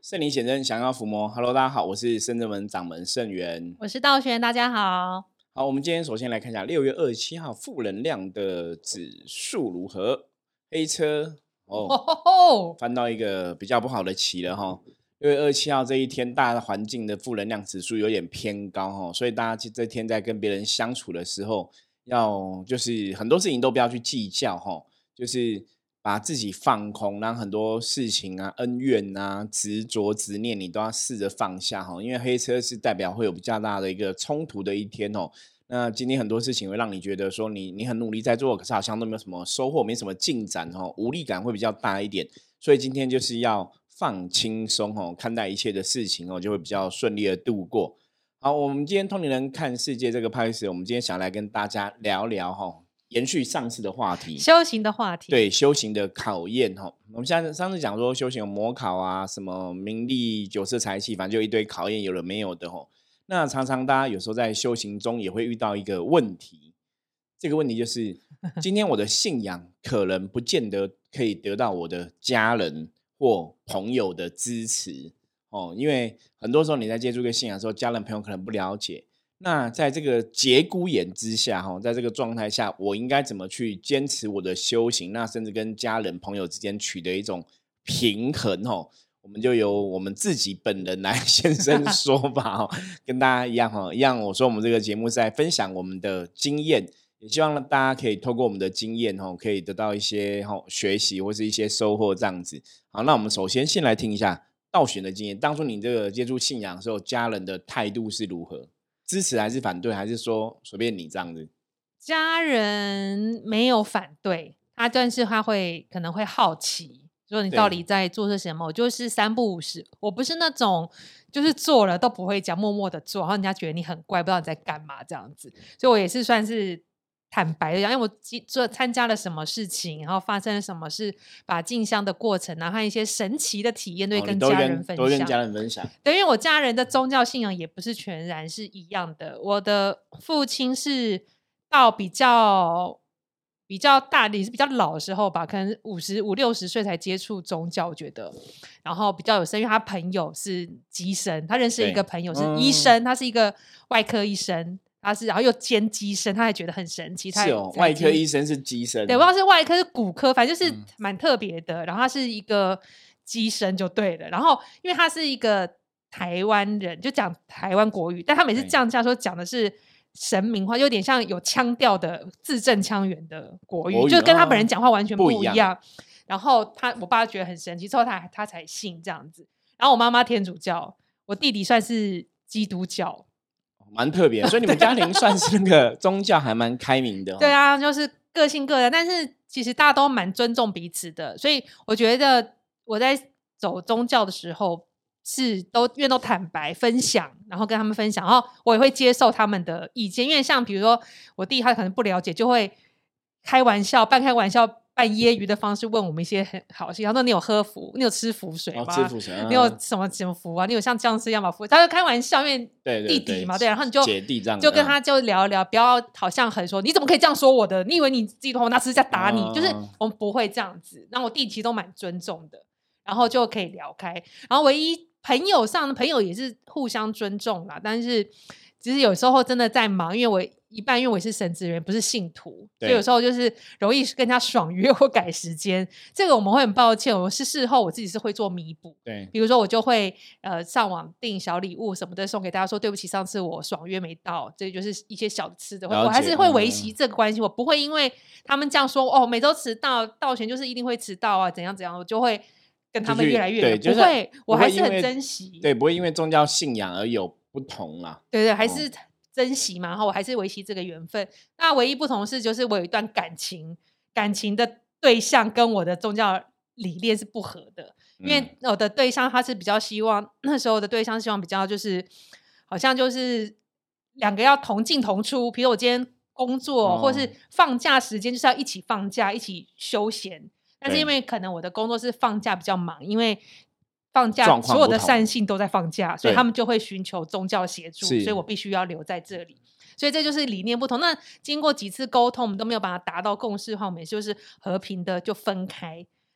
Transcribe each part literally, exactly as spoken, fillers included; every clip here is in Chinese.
圣灵显真，降妖伏魔。Hello， 大家好，我是圣真门掌门圣元， 我是道玄，大家好。 好，我们今天首先来看一下六月二十七号负能量的指数如何。黑车哦， 哦翻到一个比较不好的期了哈。六月二十七号这一天，大的环境的负能量指数有点偏高哈，所以大家这天在跟别人相处的时候，要就是很多事情都不要去计较哈，就是把自己放空，让很多事情啊、恩怨啊、执着、执念，你都要试着放下哈。因为黑车是代表会有比较大的一个冲突的一天哦。那今天很多事情会让你觉得说你你很努力在做，可是好像都没有什么收获，没什么进展哦，无力感会比较大一点。所以今天就是要放轻松哦，看待一切的事情哦，就会比较顺利的度过。好，我们今天通灵人看世界这个拍摄，我们今天想来跟大家聊聊哈，延续上次的话题， 修行的话题。 对修行的考验哈。我们现在上次讲说修行有模考啊，什么名利酒色财气，反正就一堆考验，有了没有的哈。那常常大家有时候在修行中也会遇到一个问题，这个问题就是今天我的信仰可能不见得可以得到我的家人或朋友的支持哦，因为很多时候你在接触一个信仰的时候，家人朋友可能不了解。那在这个节骨眼之下，在这个状态下，我应该怎么去坚持我的修行？那甚至跟家人朋友之间取得一种平衡哦。我们就由我们自己本人来现身说法哦，跟大家一样哦，一样。我说我们这个节目是在分享我们的经验，也希望大家可以透过我们的经验哦，可以得到一些哦学习或是一些收获这样子。好，那我们首先先来听一下道玄的经验。当初你这个接触信仰的时候，家人的态度是如何？支持还是反对，还是说随便你这样子？ 家人没有反对他，但是他会可能会好奇。说你到底在做些什么？我就是三不五时，我不是那种就是做了都不会讲，默默的做，然后人家觉得你很怪，不知道你在干嘛这样子。所以我也是算是坦白的讲，因为我做参加了什么事情，然后发生了什么事，把进香的过程，然后一些神奇的体验，都会跟家人分享。 都跟家人分享。 对，因为我家人的宗教信仰也不是全然是一样的。我的父亲是到比较。比较大也是比较老的时候吧，可能五十五六十岁才接触宗教，我觉得，然后比较有深，因为他朋友是乩身，他认识一个朋友是医生，嗯、他是一个外科医生，他是然后又兼乩身，他还觉得很神奇。 是哦，外科医生是乩身， 对，我不知道是外科是骨科，反正就是蛮特别的。嗯、然后他是一个乩身就对了，然后因为他是一个台湾人，就讲台湾国语，但他每次降价说讲的是。神明话有点像有腔调的字正腔圆的国语，国语就跟他本人讲话完全不一样。一样然后他我爸觉得很神奇，之后他他才信这样子。然后我妈妈天主教，我弟弟算是基督教， 蛮特别。所以你们家庭算是那个宗教还蛮开明的、哦。 对啊，就是各信各的，但是其实大家都蛮尊重彼此的。所以我觉得我在走宗教的时候。是都因为都坦白分享，然后跟他们分享，然后我也会接受他们的意见。因为像比如说我弟他可能不了解，就会开玩笑、半开玩笑、半揶揄的方式问我们一些很好心。他说：“你有喝符？你有吃符水吗？哦、 吃符水、啊， 你有什么什么符啊？你有像僵尸一样把符？”他就开玩笑，因为弟弟嘛， 对, 对, 对，然后你就姐弟这样， 就跟他就聊一聊，不要好像很说你怎么可以这样说我的？你以为你自己的话，我拿指甲打你？哦、就是我们不会这样子。然后我弟其实都蛮尊重的，然后就可以聊开。然后唯一。朋友上的朋友也是互相尊重啦，但是其实有时候真的在忙，因为我一半因为我是神职人，不是信徒，所以有时候就是容易跟人家爽约或改时间，这个我们会很抱歉。我是事后我自己是会做弥补， 对， 比如说我就会呃上网订小礼物什么的送给大家，说对不起，上次我爽约没到，这就是一些小吃的，我还是会维系这个关系、嗯，我不会因为他们这样说哦，每周迟到，道玄就是一定会迟到啊，怎样怎样，我就会。跟他们越来越远、就是、不会，我还是很珍惜。 对，不会因为宗教信仰而有不同啦。 对对，还是珍惜嘛，然后我还是维系这个缘分。那唯一不同是，就是我有一段感情，感情的对象跟我的宗教理念是不合的。因为我的对象他是比较希望，那时候的对象希望比较就是，好像就是两个要同进同出。比如我今天工作、哦、或是放假时间，就是要一起放假，一起休闲。但是因为可能我的工作是放假比较忙，因为放假所有的善信都在放假，所以他们就会寻求宗教协助，所以我必须要留在这里。所以这就是理念不同。那经过几次沟通，我们都没有办法达到共识的话，我们也就是和平的就分开。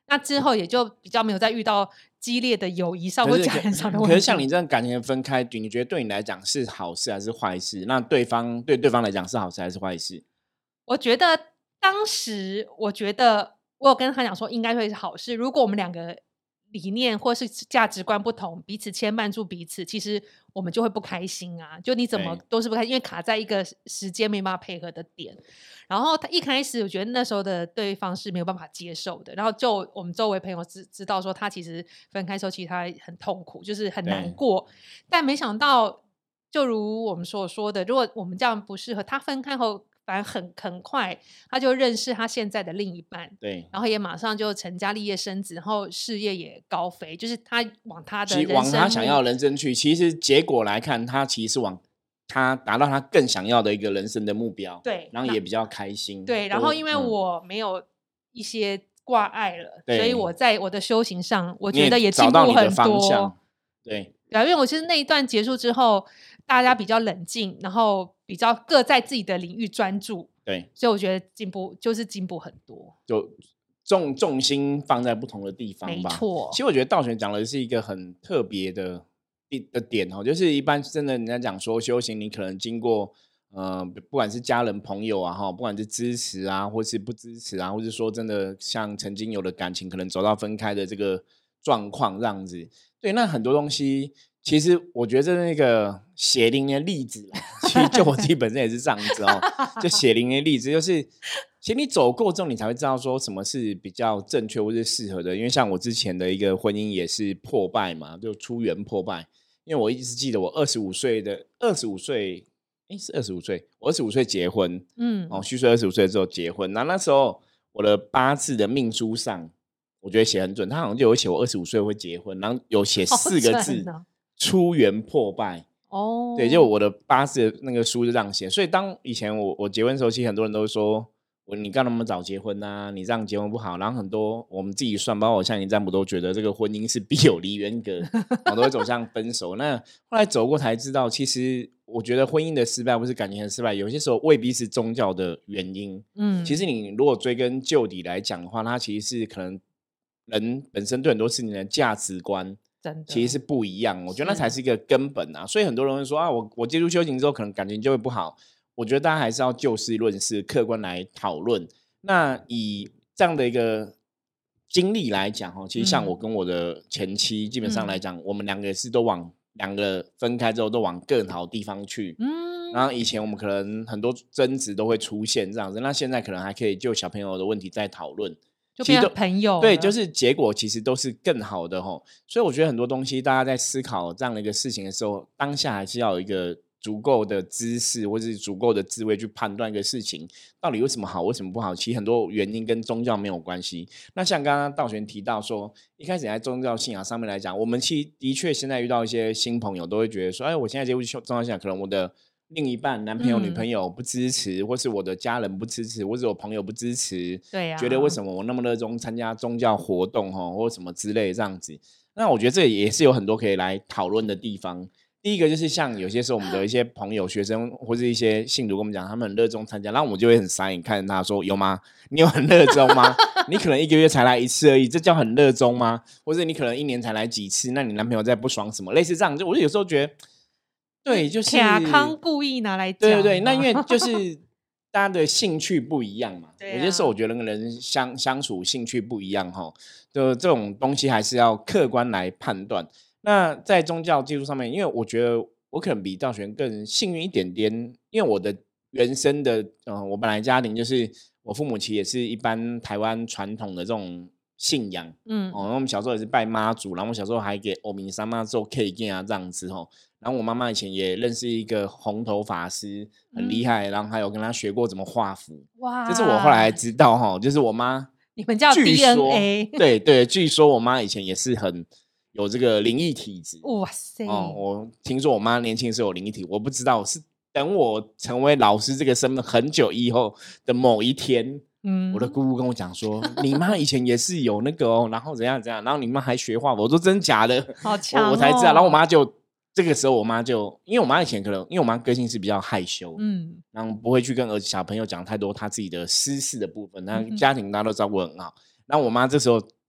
那之后也就比较没有再遇到激烈的友谊上或家人上的问题。 可是像你这样感情的分开，你觉得对你来讲是好事还是坏事？那对方对对方来讲是好事还是坏事？ 我觉得当时我觉得我有跟他讲说应该会是好事，如果我们两个理念或是价值观不同，彼此牵绊住彼此，其实我们就会不开心啊。就你怎么都是不开心，因为卡在一个时间没办法配合的点。然后他一开始我觉得那时候的对方是没有办法接受的，然后就我们周围朋友知知道说他其实分开的时候其实他很痛苦，就是很难过。但没想到就如我们所说的，如果我们这样不适合，他分开后反正很很快他就认识他现在的另一半， 对， 然后也马上就成家立业生子，然后事业也高飞，就是他往他的人生往他想要的人生去。其实结果来看，他其实是往他达到他更想要的一个人生的目标， 对， 然后也比较开心。 对，然后因为我没有一些挂碍了，嗯、所以我在我的修行上，我觉得也进步很多。 对， 对，因为我其实那一段结束之后，大家比较冷静，然后比较各在自己的领域专注， 对， 所以我觉得进步就是进步很多， 就重重心放在不同的地方吧。 没错， 其实我觉得道玄讲的是一个很特别的的点哦，就是一般真的人家讲说修行，你可能经过呃，不管是家人朋友啊哈，不管是支持啊，或是不支持啊，或是说真的像曾经有的感情可能走到分开的这个状况这样子。对，那很多东西其实我觉得这是那个血淋淋的例子啦，其实就我自己本身也是这样子哦，就血淋淋的例子就是其实你走过之后你才会知道说什么是比较正确或是适合的。因为像我之前的一个婚姻也是破败嘛，就出缘破败。因为我一直记得我二十五岁的二十五岁诶是二十五岁，我二十五岁结婚，嗯，哦，虚岁二十五岁之后结婚。那那时候我的八字的命书上我觉得写很准，他好像就有写我二十五岁会结婚，然后有写四个字、哦、出缘破败哦，对，就我的八字的那个书是这样写。所以当以前我我结婚的时候，其实很多人都说我你干那么早结婚啊，你这样结婚不好。然后很多我们自己算，包括我像你占卜都觉得这个婚姻是必有离缘格，然后都会走向分手。那后来走过才知道，其实我觉得婚姻的失败或是感情的失败，有些时候未必是宗教的原因。嗯，其实你如果追根究底来讲的话，它其实是可能人本身对很多事情的价值观其实是不一样，我觉得那才是一个根本啊。所以很多人会说啊，我我接触修行之后可能感情就会不好。我觉得大家还是要就事论事客观来讨论。那以这样的一个经历来讲，其实像我跟我的前妻、嗯、基本上来讲、嗯、我们两个也是都往两个分开之后都往更好的地方去、嗯、然后以前我们可能很多争执都会出现这样子，那现在可能还可以就小朋友的问题再讨论， 就变成朋友了， 对，就是结果其实都是更好的齁。所以我觉得很多东西大家在思考这样的一个事情的时候，当下还是要有一个足够的知识或是足够的智慧去判断一个事情到底为什么好为什么不好。其实很多原因跟宗教没有关系。那像刚刚道玄提到说，一开始在宗教信仰上面来讲，我们其实的确现在遇到一些新朋友都会觉得说，哎，我现在接触宗教信仰，可能我的另一半男朋友、嗯、女朋友不支持，或是我的家人不支持，或是我朋友不支持， 对啊， 觉得为什么我那么热衷参加宗教活动或什么之类这样子。那我觉得这也是有很多可以来讨论的地方。第一个就是像有些时候我们的一些朋友学生或是一些信徒跟我们讲他们很热衷参加，然后我们就会很傻眼看着他说，有吗？你有很热衷吗？你可能一个月才来一次而已，这叫很热衷吗？或者你可能一年才来几次，那你男朋友在不爽什么，类似这样。就我有时候觉得对，就是卡康故意拿来讲， 对对对，那因为就是大家的兴趣不一样嘛，有些时候我觉得跟人相相处兴趣不一样齁，就这种东西还是要客观来判断。那在宗教技术上面，因为我觉得我可能比道玄更幸运一点点，因为我的原生的、呃、我本来家庭就是我父母其实也是一般台湾传统的这种信仰，嗯，哦，我们小时候也是拜妈祖，然后我小时候还给欧米三妈做 K 件啊这样子哦。然后我妈妈以前也认识一个红头法师，很厉害，嗯、然后还有跟他学过怎么画符。哇，这是我后来知道哈，就是我妈， 你们叫 D N A， 对对，据说我妈以前也是很有这个灵异体质。 哇塞！ 哦，我听说我妈年轻的时候有灵异体，我不知道是等我成为老师这个身份很久以后的某一天。嗯，我的姑姑跟我讲说，你妈以前也是有那个哦，然后怎样怎样，然后你妈还学画，我说真假的， 好强、哦我，我才知道。然后我妈就这个时候，我妈就因为我妈以前可能因为我妈个性是比较害羞，嗯，然后不会去跟儿子小朋友讲太多她自己的私事的部分，那家庭大家都照顾很好。然后我妈这时候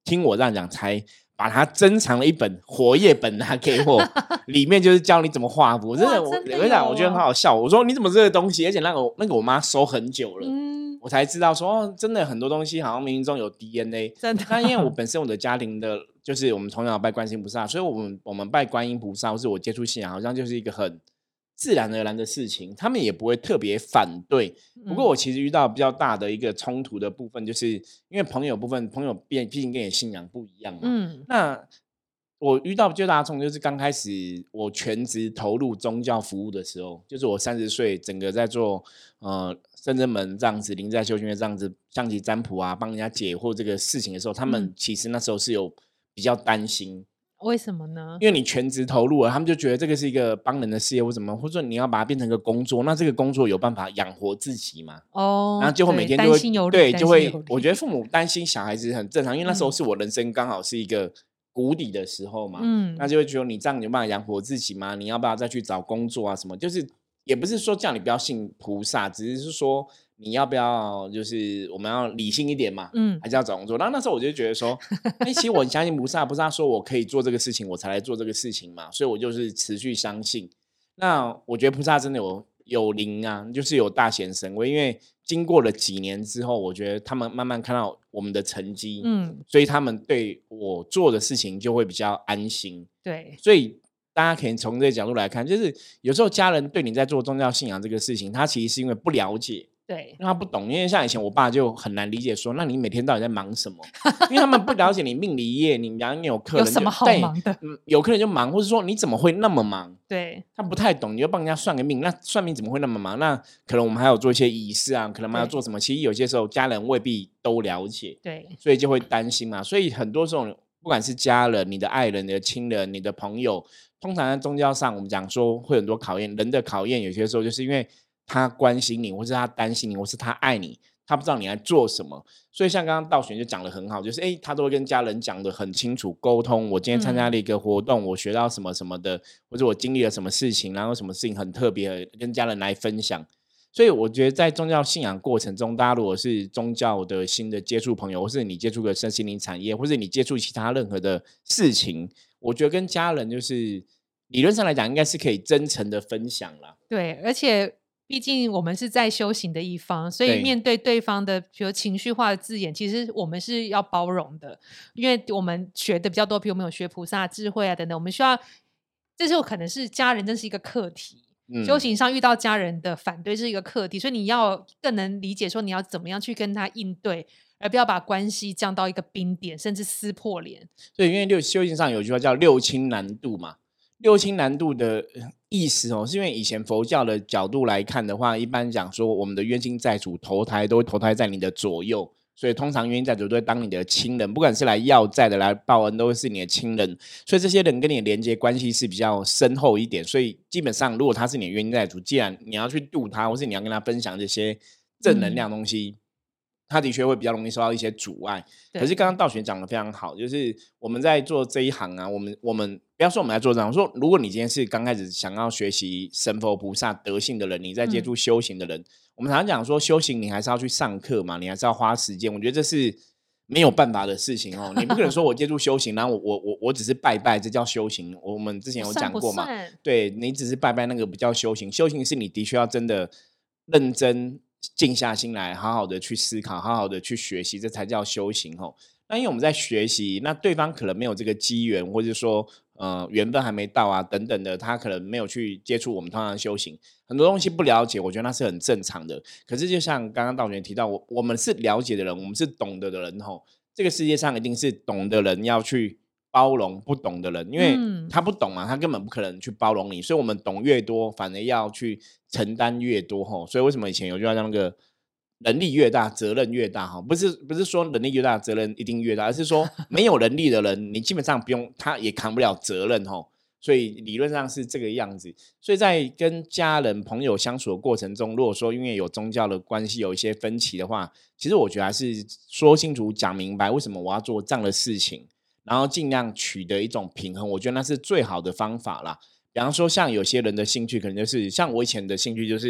听我这样讲，才把它珍藏了一本活页本拿给我，里面就是教你怎么画符。真的，我跟你讲，我觉得很好笑。我说你怎么这个东西，而且那个那个我妈收很久了。嗯，我才知道说哦，真的很多东西好像冥冥中有 D N A。 真的， 那因为我本身我的家庭的，就是我们从小拜观世音菩萨，所以我们我们拜观音菩萨，或是我接触信仰，好像就是一个很自然而然的事情，他们也不会特别反对。不过我其实遇到比较大的一个冲突的部分，就是因为朋友部分，朋友毕毕竟跟你信仰不一样嘛。嗯，那我遇到最大的冲突就是刚开始我全职投入宗教服务的时候，就是我三十岁，整个在做呃圣真门这样子，临在修行院这样子，象棋占卜啊，帮人家解惑这个事情的时候，他们其实那时候是有比较担心。 为什么呢？ 因为你全职投入了，他们就觉得这个是一个帮人的事业或什么，或者说你要把它变成一个工作，那这个工作有办法养活自己吗？哦，然后就会每天就会对，就会我觉得父母担心小孩子很正常，因为那时候是我人生刚好是一个谷底的时候嘛，嗯，那就会觉得你这样有办法养活自己吗？你要不要再去找工作啊什么？就是也不是说叫你不要信菩萨，只是说你要不要就是我们要理性一点嘛，嗯，还是要找工作。然后那时候我就觉得说，哎，其实我很相信菩萨，菩萨说我可以做这个事情，我才来做这个事情嘛，所以我就是持续相信。那我觉得菩萨真的有有灵啊，就是有大显神威，因为经过了几年之后，我觉得他们慢慢看到我们的成绩，嗯，所以他们对我做的事情就会比较安心。 对， 所以大家可以从这个角度来看，就是有时候家人对你在做宗教信仰这个事情，他其实是因为不了解。 对， 因为他不懂，因为像以前我爸就很难理解说，那你每天到底在忙什么？因为他们不了解你命理业，你比方你有客人有什么好忙的？ 嗯，有客人就忙，或者说你怎么会那么忙？ 对， 他不太懂，你就帮人家算个命，那算命怎么会那么忙？那可能我们还有做一些仪式啊，可能我们要做什么？其实有些时候家人未必都了解， 对， 所以就会担心嘛。所以很多时候，不管是家人、你的爱人、你的亲人、你的朋友，通常在宗教上，我们讲说会很多考验，人的考验，有些时候就是因为他关心你，或是他担心你，或是他爱你，他不知道你在做什么。所以像刚刚道玄就讲得很好，就是哎，他都会跟家人讲得很清楚，沟通。我今天参加了一个活动，嗯、我学到什么什么的，或者我经历了什么事情，然后什么事情很特别，跟家人来分享。所以我觉得在宗教信仰过程中，大家如果是宗教的新的接触朋友，或是你接触个身心灵产业，或是你接触其他任何的事情，我觉得跟家人就是理论上来讲，应该是可以真诚的分享啦。 对，而且毕竟我们是在修行的一方，所以面对对方的比如情绪化的字眼，其实我们是要包容的，因为我们学的比较多，比如我们有学菩萨智慧啊等等，我们需要，这就可能是家人，这是一个课题。嗯、修行上遇到家人的反对是一个课题，所以你要更能理解说你要怎么样去跟他应对，而不要把关系降到一个冰点，甚至撕破脸。 对，因为六修行上有句话叫六亲难度嘛，六亲难度的意思哦，是因为以前佛教的角度来看的话，一般讲说我们的冤亲债主投胎都会投胎在你的左右。所以通常冤亲债主都会当你的亲人，不管是来要债的来报恩，都会是你的亲人，所以这些人跟你的连接关系是比较深厚一点。所以基本上如果他是你的冤亲债主，既然你要去度他，或是你要跟他分享这些正能量的东西、嗯、他的确会比较容易受到一些阻碍。可是刚刚道玄讲的非常好，就是我们在做这一行啊，我们我们不要说我们在做这行，说如果你今天是刚开始想要学习神佛菩萨德性的人，你在接触修行的人、嗯、我们常常讲说修行你还是要去上课嘛，你还是要花时间，我觉得这是没有办法的事情哦。你不可能说我接触修行然后我我我我只是拜拜，这叫修行。我们之前有讲过嘛，对，你只是拜拜那个不叫修行，修行是你的确要真的认真静下心来，好好的去思考，好好的去学习，这才叫修行哦。那因为我们在学习，那对方可能没有这个机缘，或者说呃缘分还没到啊等等的，他可能没有去接触我们通常的修行，很多东西不了解，我觉得那是很正常的。可是就像刚刚道玄提到，我我们是了解的人，我们是懂得的人吼，这个世界上一定是懂的人要去包容不懂的人，因为他不懂嘛，他根本不可能去包容你，所以我们懂越多，反而要去承担越多吼。所以为什么以前有句话叫那个能力越大责任越大哈，不是不是说能力越大责任一定越大，而是说没有能力的人你基本上不用，他也扛不了责任吼。所以理论上是这个样子。所以在跟家人朋友相处的过程中，如果说因为有宗教的关系有一些分歧的话，其实我觉得还是说清楚讲明白为什么我要做这样的事情，然后尽量取得一种平衡，我觉得那是最好的方法啦。比方说像有些人的兴趣可能就是像我以前的兴趣就是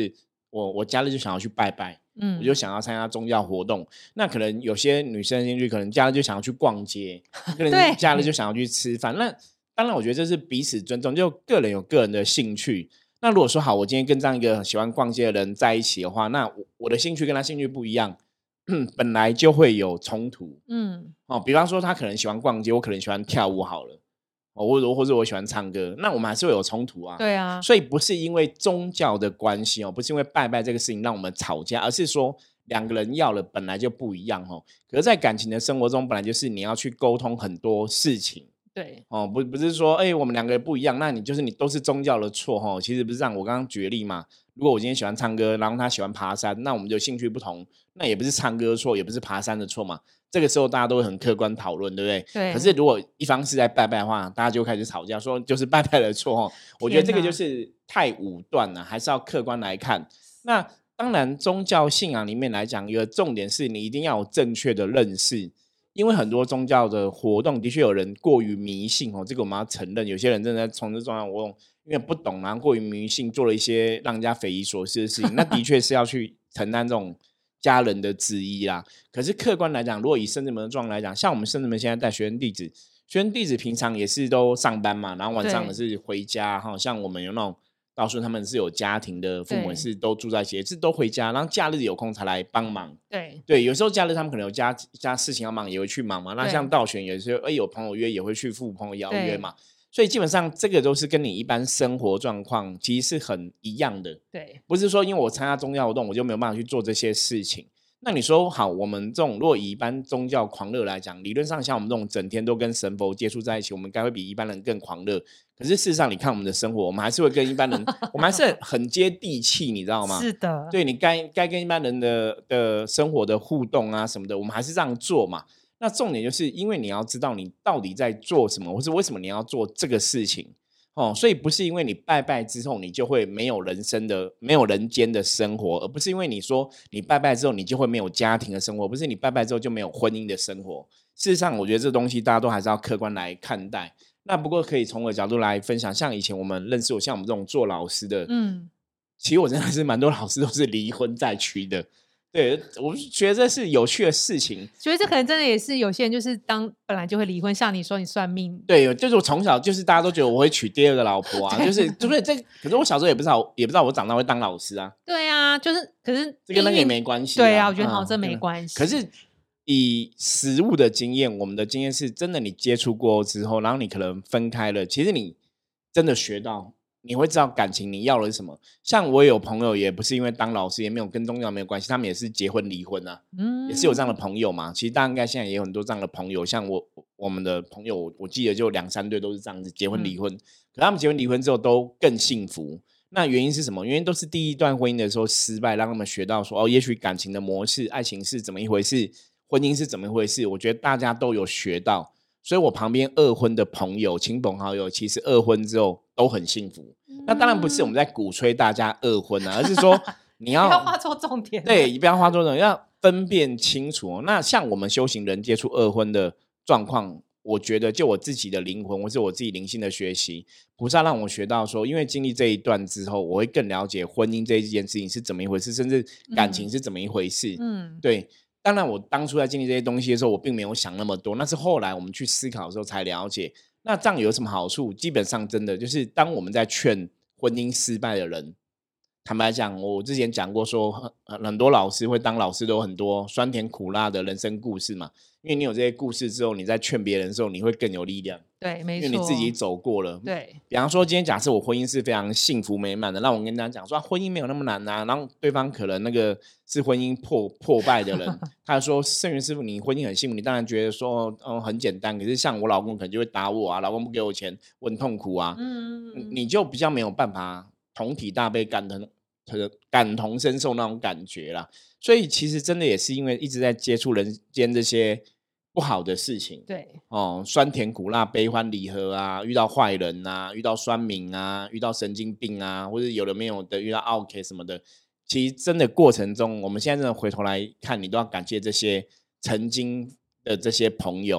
我我假日就想要去拜拜， 嗯， 我就想要参加宗教活动。那可能有些女生的兴趣，可能假日就想要去逛街，可能对假日就想要去吃饭。那当然，我觉得这是彼此尊重，就个人有个人的兴趣。那如果说好，我今天跟这样一个喜欢逛街的人在一起的话，那我我的兴趣跟他兴趣不一样，本来就会有冲突。 嗯， 哦，比方说他可能喜欢逛街，我可能喜欢跳舞好了，哦，或者或者我喜欢唱歌，那我们还是会有冲突啊。 对啊， 所以不是因为宗教的关系哦，不是因为拜拜这个事情让我们吵架，而是说两个人要了本来就不一样哦。可是，在感情的生活中，本来就是你要去沟通很多事情。 对， 哦，不不是说，哎、欸，我们两个人不一样，那你就是你都是宗教的错哈。其实不是这样，我刚刚举例嘛。如果我今天喜欢唱歌，然后他喜欢爬山，那我们就兴趣不同，那也不是唱歌的错，也不是爬山的错嘛。这个时候大家都会很客观讨论，对不对？ 对。 可是如果一方是在拜拜的话，大家就开始吵架，说就是拜拜的错哈。我觉得这个就是太武断了，还是要客观来看。那当然，宗教信仰里面来讲，一个重点是你一定要有正确的认识。因为很多宗教的活动的确有人过于迷信哦，这个我们要承认，有些人真的在从事宗教活动，因为不懂，然后过于迷信，做了一些让人家匪夷所思的事情，那的确是要去承担这种家人的质疑啦。可是客观来讲，如果以圣子门的状况来讲，像我们圣子门现在带学生弟子，学生弟子平常也是都上班嘛，然后晚上也是回家哈，像我们有那种告诉他们是有家庭的父母，是都住在一起，是都回家，然后假日有空才来帮忙。 对对，有时候假日他们可能有家家事情要忙，也会去忙嘛。那像道玄有时候，哎，有朋友约也会去赴朋友邀约嘛。所以基本上这个都是跟你一般生活状况其实是很一样的。 对， 不是说因为我参加宗教活动我就没有办法去做这些事情。那你说好，我们这种若以一般宗教狂热来讲，理论上像我们这种整天都跟神佛接触在一起，我们该会比一般人更狂热。可是事实上，你看我们的生活，我们还是会跟一般人，我们还是很接地气，你知道吗？ 是的， 对，你该该跟一般人的的生活的互动啊什么的，我们还是这样做嘛。那重点就是因为你要知道你到底在做什么，或是为什么你要做这个事情。哦，所以不是因为你拜拜之后你就会没有人生的没有人间的生活，而不是因为你说你拜拜之后你就会没有家庭的生活，不是你拜拜之后就没有婚姻的生活。事实上我觉得这东西大家都还是要客观来看待。那不过可以从我的角度来分享，像以前我们认识我像我们这种做老师的，嗯，其实我真的是蛮多老师都是离婚再娶的。对，我觉得这是有趣的事情。 觉得这可能真的也是有些人就是当本来就会离婚，像你说你算命， 对，就是我从小就是大家都觉得我会娶第二个老婆啊，就是就是这，可是我小时候也不知道，也不知道我长大会当老师啊。 对啊，就是可是这跟那个也没关系。 对啊，我觉得好像真没关系。 可是以实务的经验，我们的经验是真的，你接触过之后，然后你可能分开了，其实你真的学到。你会知道感情你要的是什么。像我有朋友也不是因为当老师，也没有跟宗教没有关系，他们也是结婚离婚啊，嗯，也是有这样的朋友嘛。其实大家应该现在也有很多这样的朋友，像我我们的朋友，我记得就两三对都是这样子结婚离婚，嗯，可他们结婚离婚之后都更幸福。那原因是什么？原因都是第一段婚姻的时候失败，让他们学到说哦，也许感情的模式、爱情是怎么一回事，婚姻是怎么一回事。我觉得大家都有学到。所以我旁边二婚的朋友亲朋好友，其实二婚之后都很幸福。嗯，那当然不是我们在鼓吹大家二婚啊，而是说你要不要画错重点。 对，你不要画错重点，要分辨清楚，哦。那像我们修行人接触二婚的状况，我觉得就我自己的灵魂或是我自己灵性的学习，菩萨让我学到说，因为经历这一段之后，我会更了解婚姻这一件事情是怎么一回事，甚至感情是怎么一回事。嗯，对。当然我当初在经历这些东西的时候，我并没有想那么多，那是后来我们去思考的时候才了解。那这样有什么好处？基本上真的就是当我们在劝婚姻失败的人，坦白讲，我之前讲过说很多老师会当老师都有很多酸甜苦辣的人生故事嘛，因为你有这些故事之后，你在劝别人的时候你会更有力量。 对，没错， 因为你自己走过了。 对， 比方说今天假设我婚姻是非常幸福美满的，那我跟大家讲说，啊，婚姻没有那么难啊，然后对方可能那个是婚姻破破败的人，他说圣元师傅你婚姻很幸福，你当然觉得说哦很简单，可是像我老公可能就会打我啊，老公不给我钱我很痛苦啊，嗯，你就比较没有办法同体大悲感同感同身受那种感觉啦。所以其实真的也是因为一直在接触人间这些不好的事情， 对哦，酸甜苦辣悲欢离合啊，遇到坏人啊，遇到酸民啊，遇到神经病啊，或者有的没有的遇到 OK 什么的，其实真的过程中，我们现在真的回头来看，你都要感谢这些曾经的这些朋友，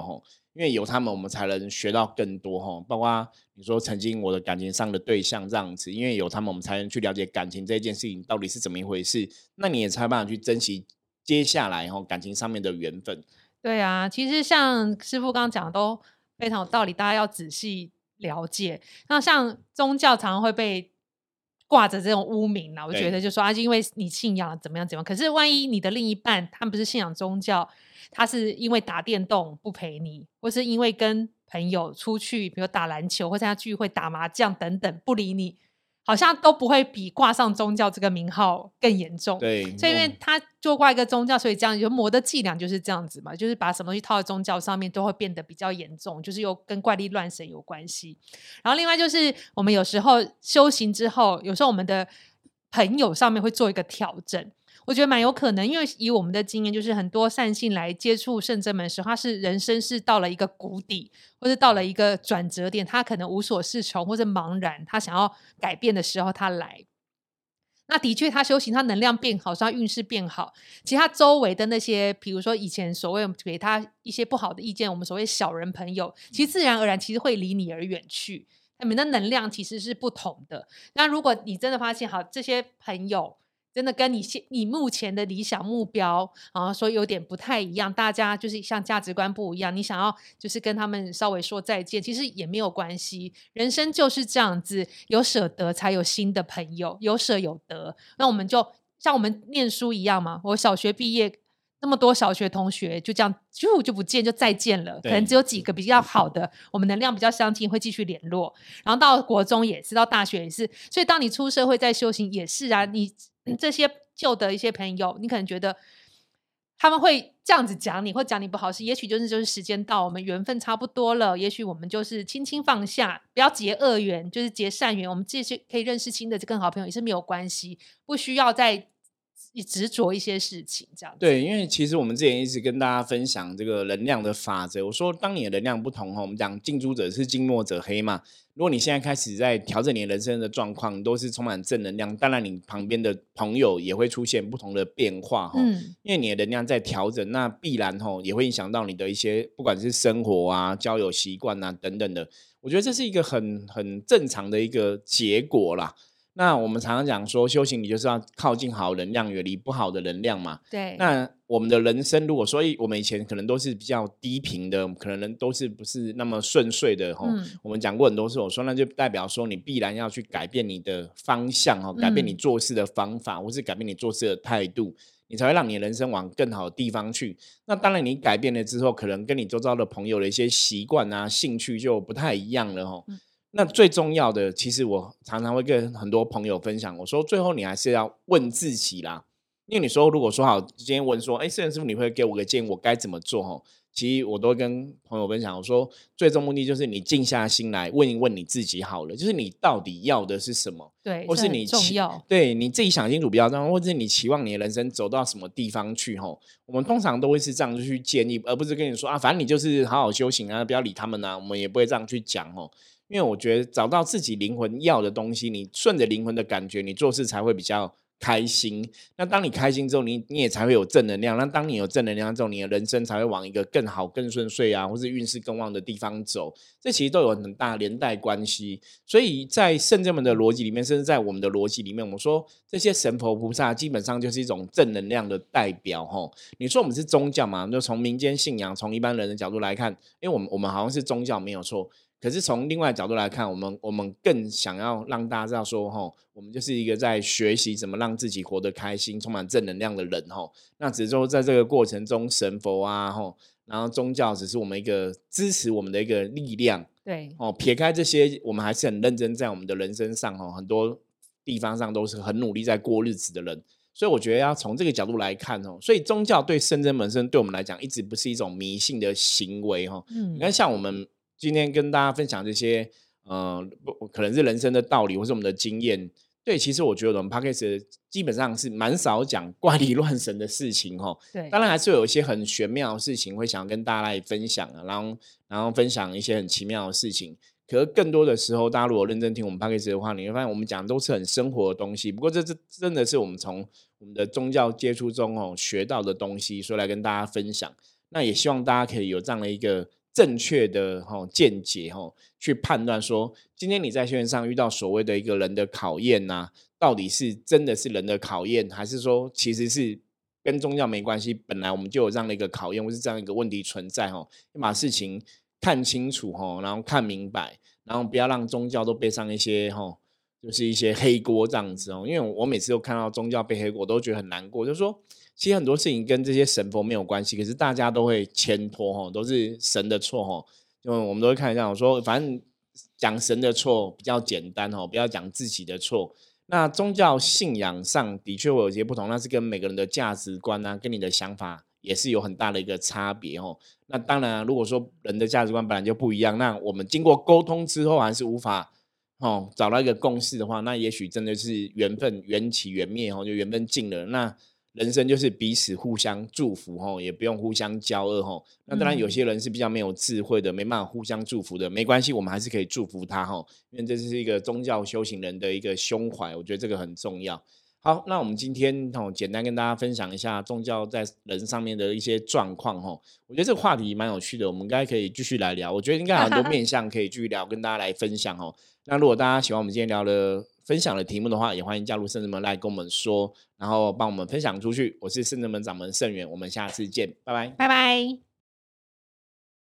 因为有他们我们才能学到更多齁，包括你说曾经我的感情上的对象这样子，因为有他们我们才能去了解感情这件事情到底是怎么一回事，那你也才有办法去珍惜接下来齁感情上面的缘分。 对啊，其实像师父刚刚讲的都非常有道理，大家要仔细了解。那像宗教常常会被挂着这种污名啦，我觉得就说啊，因为你信仰怎么样怎么样，可是万一你的另一半他不是信仰宗教，他是因为打电动不陪你，或是因为跟朋友出去比如打篮球或参加聚会打麻将等等不理你，好像都不会比挂上宗教这个名号更严重。 对， 所以因为他就挂一个宗教，所以这样就魔的伎俩就是这样子嘛，就是把什么东西套在宗教上面都会变得比较严重，就是又跟怪力乱神有关系。然后另外就是我们有时候修行之后，有时候我们的朋友上面会做一个调整，我觉得蛮有可能，因为以我们的经验，就是很多善信来接触圣真门的时候，他是人生是到了一个谷底，或是到了一个转折点，他可能无所适从或者茫然，他想要改变的时候他来。那的确他修行他能量变好，所以他运势变好，其实他周围的那些比如说以前所谓给他一些不好的意见，我们所谓小人朋友，其实自然而然其实会离你而远去，他们的能量其实是不同的。那如果你真的发现好这些朋友真的跟你现你目前的理想目标啊，说有点不太一样，大家就是像价值观不一样，你想要就是跟他们稍微说再见，其实也没有关系，人生就是这样子，有舍得才有新的朋友，有舍有得。那我们就像我们念书一样嘛，我小学毕业那么多小学同学就这样就就不见就再见了，可能只有几个比较好的我们能量比较相近会继续联络，然后到国中也是，到大学也是，所以当你出社会在修行也是啊，你这些旧的一些朋友，你可能觉得他们会这样子讲你，或讲你不好事，也许就是就是时间到，我们缘分差不多了，也许我们就是轻轻放下，不要结恶缘，就是结善缘，我们继续可以认识新的更好朋友也是没有关系，不需要再执着一些事情这样子。 对，因为其实我们之前一直跟大家分享这个能量的法则，我说当你的能量不同，我们讲近朱者赤，近墨者黑嘛。如果你现在开始在调整你人生的状况，都是充满正能量，当然你旁边的朋友也会出现不同的变化，嗯，因为你的能量在调整，那必然也会影响到你的一些不管是生活啊、交友习惯啊等等的。我觉得这是一个很很正常的一个结果啦。那我们常常讲说修行你就是要靠近好能量，远离不好的能量嘛。 对。 那我们的人生如果说我们以前可能都是比较低频的，可能都是不是那么顺遂的、嗯、我们讲过很多次，我说那就代表说你必然要去改变你的方向，改变你做事的方法、嗯、或是改变你做事的态度，你才会让你的人生往更好的地方去。那当然你改变了之后，可能跟你周遭的朋友的一些习惯啊兴趣就不太一样了、嗯，那最重要的，其实我常常会跟很多朋友分享，我说最后你还是要问自己啦。因为你说如果说好今天问说哎，圣人师父你会给我个建议我该怎么做，其实我都跟朋友分享，我说最终目的就是你静下心来问一问你自己好了，就是你到底要的是什么， 对， 或是你重要， 对你自己想清楚不要这样，或者是你期望你的人生走到什么地方去，我们通常都会是这样就去建议，而不是跟你说啊反正你就是好好修行啊，不要理他们啊，我们也不会这样去讲。因为我觉得找到自己灵魂要的东西，你顺着灵魂的感觉，你做事才会比较开心。那当你开心之后，你你也才会有正能量。那当你有正能量之后，你的人生才会往一个更好、更顺遂啊，或是运势更旺的地方走。这其实都有很大连带关系。所以在圣真门的逻辑里面，甚至在我们的逻辑里面，我们说这些神佛菩萨基本上就是一种正能量的代表。吼，你说我们是宗教嘛？就从民间信仰，从一般人的角度来看，因为我们我们好像是宗教没有错。可是从另外角度来看，我们我们更想要让大家知道说，吼，我们就是一个在学习怎么让自己活得开心、充满正能量的人，吼。那只是说在这个过程中，神佛啊，吼，然后宗教只是我们一个支持我们的一个力量， 对， 哦，撇开这些，我们还是很认真在我们的人生上，吼，很多地方上都是很努力在过日子的人。所以我觉得要从这个角度来看，所以宗教对圣真门生对我们来讲，一直不是一种迷信的行为。嗯，你看像我们今天跟大家分享这些呃，可能是人生的道理或是我们的经验，对，其实我觉得我们 Podcast 基本上是蛮少讲怪力乱神的事情。对，当然还是有一些很玄妙的事情会想跟大家来分享，然后然后分享一些很奇妙的事情。可是更多的时候，大家如果认真听我们 Podcast 的话，你会发现我们讲的都是很生活的东西。不过这真的是我们从我们的宗教接触中、哦、学到的东西，所以来跟大家分享。那也希望大家可以有这样的一个正确的哈见解哈，去判断说，今天你在修行上遇到所谓的一个人的考验呐、啊，到底是真的是人的考验，还是说其实是跟宗教没关系，本来我们就有这样的一个考验，或是这样一个问题存在哈，要把事情看清楚哈，然后看明白，然后不要让宗教都背上一些哈。就是一些黑锅这样子哦，因为我每次都看到宗教背黑锅，我都觉得很难过。就是说，其实很多事情跟这些神佛没有关系，可是大家都会牵拖哈，都是神的错哈。因为我们都会看一下，我说反正讲神的错比较简单哦，不要讲自己的错。那宗教信仰上的确会有一些不同，那是跟每个人的价值观啊，跟你的想法也是有很大的一个差别哦。那当然，如果说人的价值观本来就不一样，那我们经过沟通之后还是无法。哦，找到一个共识的话，那也许真的是缘分缘起缘灭哦，就缘分尽了。那人生就是彼此互相祝福哦，也不用互相交恶哦。那当然，有些人是比较没有智慧的，没办法互相祝福的，没关系，我们还是可以祝福他哦，因为这是一个宗教修行人的一个胸怀，我觉得这个很重要。好，那我们今天哦，简单跟大家分享一下宗教在人上面的一些状况哦。我觉得这个话题蛮有趣的，我们应该可以继续来聊。我觉得应该有很多面向可以继续聊，跟大家来分享哦。那如果大家喜欢我们今天聊的分享的题目的话，也欢迎加入圣人门来跟我们说，然后帮我们分享出去。我是圣人门掌门盛元，我们下次见，拜拜， 拜拜。